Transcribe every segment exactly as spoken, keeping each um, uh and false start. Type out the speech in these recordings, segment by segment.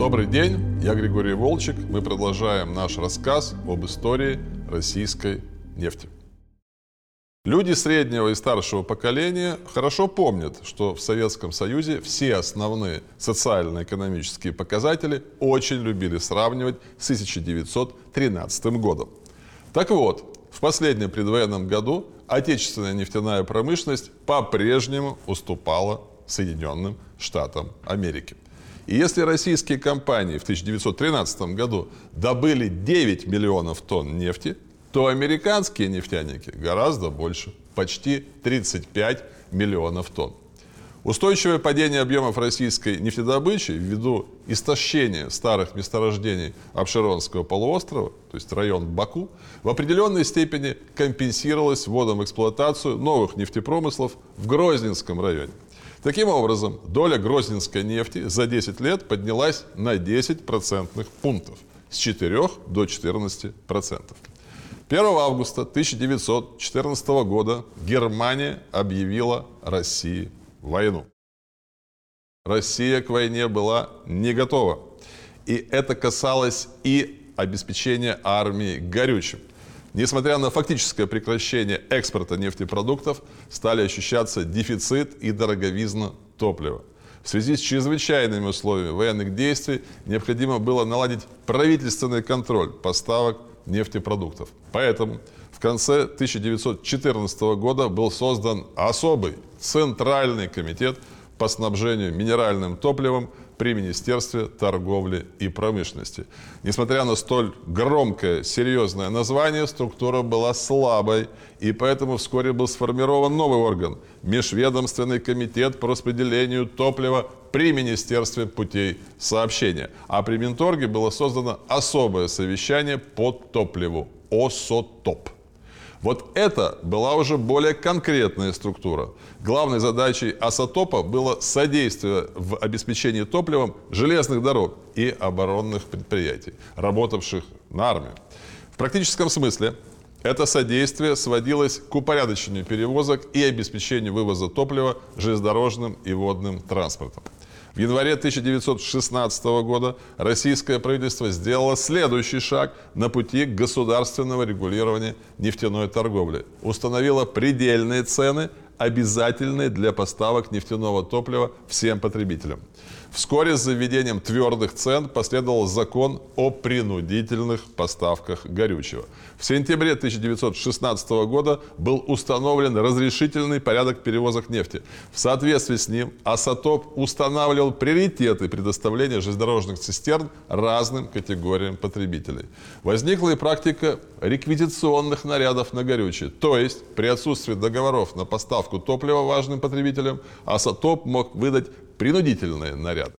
Добрый день, я Григорий Волчек. Мы продолжаем наш рассказ об истории российской нефти. Люди среднего и старшего поколения хорошо помнят, что в Советском Союзе все основные социально-экономические показатели очень любили сравнивать с тысяча девятьсот тринадцатым годом. Так вот, в последнем предвоенном году отечественная нефтяная промышленность по-прежнему уступала Соединенным Штатам Америки. И если российские компании в тысяча девятьсот тринадцатом году добыли девять миллионов тонн нефти, то американские нефтяники гораздо больше, почти тридцать пять миллионов тонн. Устойчивое падение объемов российской нефтедобычи ввиду истощения старых месторождений Абшеронского полуострова, то есть район Баку, в определенной степени компенсировалось вводом в эксплуатацию новых нефтепромыслов в Грозненском районе. Таким образом, доля грозненской нефти за десять лет поднялась на десять процентных пунктов, с четырёх до четырнадцати процентов. первого августа тысяча девятьсот четырнадцатого года Германия объявила России войну. Россия к войне была не готова. И это касалось и обеспечения армии горючим. Несмотря на фактическое прекращение экспорта нефтепродуктов, стали ощущаться дефицит и дороговизна топлива. В связи с чрезвычайными условиями военных действий необходимо было наладить правительственный контроль поставок нефтепродуктов. Поэтому в конце тысяча девятьсот четырнадцатого года был создан особый Центральный комитет по снабжению минеральным топливом при Министерстве торговли и промышленности. Несмотря на столь громкое, серьезное название, структура была слабой, и поэтому вскоре был сформирован новый орган – Межведомственный комитет по распределению топлива при Министерстве путей сообщения. А при Минторге было создано особое совещание по топливу – ОСОТОП. Вот это была уже более конкретная структура. Главной задачей ОСОТОПа было содействие в обеспечении топливом железных дорог и оборонных предприятий, работавших на армию. В практическом смысле это содействие сводилось к упорядочению перевозок и обеспечению вывоза топлива железнодорожным и водным транспортом. В январе тысяча девятьсот шестнадцатого года российское правительство сделало следующий шаг на пути к государственного регулирования нефтяной торговли. Установило предельные цены, обязательные для поставок нефтяного топлива всем потребителям. Вскоре с введением твердых цен последовал закон о принудительных поставках горючего. В сентябре тысяча девятьсот шестнадцатого года был установлен разрешительный порядок перевозок нефти. В соответствии с ним ОСОТОП устанавливал приоритеты предоставления железнодорожных цистерн разным категориям потребителей. Возникла и практика реквизиционных нарядов на горючее, то есть при отсутствии договоров на поставку топлива важным потребителям ОСОТОП мог выдать принудительные наряды.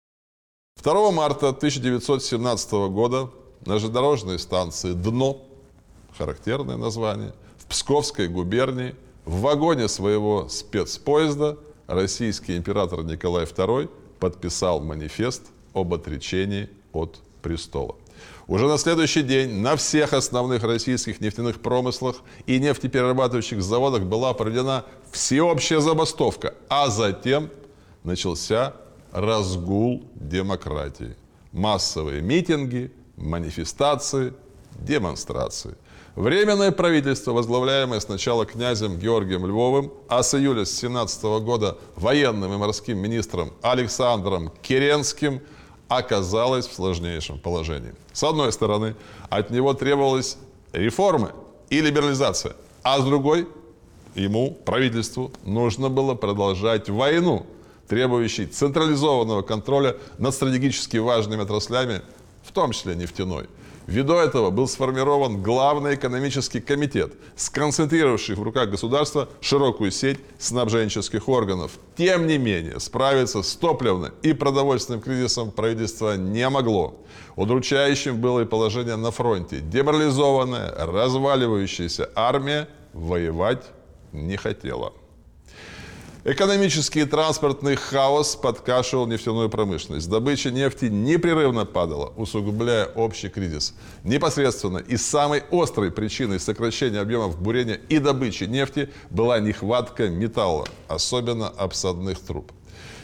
второго марта тысяча девятьсот семнадцатого года на железнодорожной станции «Дно», характерное название, в Псковской губернии, в вагоне своего спецпоезда российский император Николай второй подписал манифест об отречении от престола. Уже на следующий день на всех основных российских нефтяных промыслах и нефтеперерабатывающих заводах была проведена всеобщая забастовка, а затем начался разгул демократии. Массовые митинги, манифестации, демонстрации. Временное правительство, возглавляемое сначала князем Георгием Львовым, а с июля тысяча девятьсот семнадцатого года военным и морским министром Александром Керенским, оказалось в сложнейшем положении. С одной стороны, от него требовалась реформы и либерализация, а с другой, ему, правительству, нужно было продолжать войну, требующий централизованного контроля над стратегически важными отраслями, в том числе нефтяной. Ввиду этого был сформирован Главный экономический комитет, сконцентрировавший в руках государства широкую сеть снабженческих органов. Тем не менее, справиться с топливным и продовольственным кризисом правительство не могло. Удручающим было и положение на фронте. Деморализованная, разваливающаяся армия воевать не хотела. Экономический и транспортный хаос подкашивал нефтяную промышленность. Добыча нефти непрерывно падала, усугубляя общий кризис. Непосредственно и самой острой причиной сокращения объемов бурения и добычи нефти была нехватка металла, особенно обсадных труб.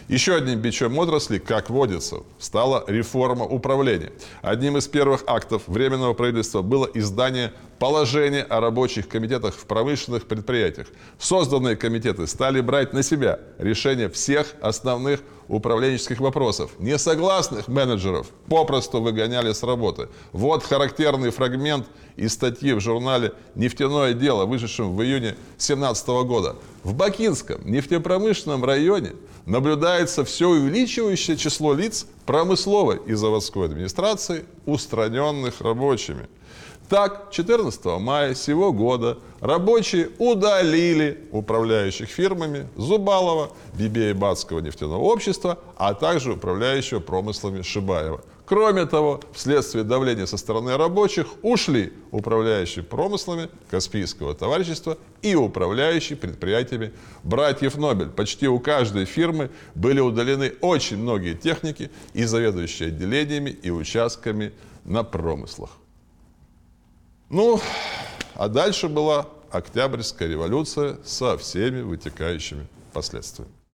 Еще одним бичом отрасли, как водится, стала реформа управления. Одним из первых актов Временного правительства было издание положения о рабочих комитетах в промышленных предприятиях. Созданные комитеты стали брать на себя решение всех основных управленческих вопросов. Несогласных менеджеров попросту выгоняли с работы. Вот характерный фрагмент из статьи в журнале «Нефтяное дело», вышедшем в июне две тысячи семнадцатого года. В Бакинском нефтепромышленном районе наблюдается все увеличивающее число лиц промысловой и заводской администрации, устраненных рабочими. Так, четырнадцатого мая сего года рабочие удалили управляющих фирмами Зубалова, Бибеево-Батского нефтяного общества, а также управляющего промыслами Шибаева. Кроме того, вследствие давления со стороны рабочих ушли управляющий промыслами Каспийского товарищества и управляющий предприятиями братьев Нобель. Почти у каждой фирмы были удалены очень многие техники и заведующие отделениями и участками на промыслах. Ну, а дальше была Октябрьская революция со всеми вытекающими последствиями.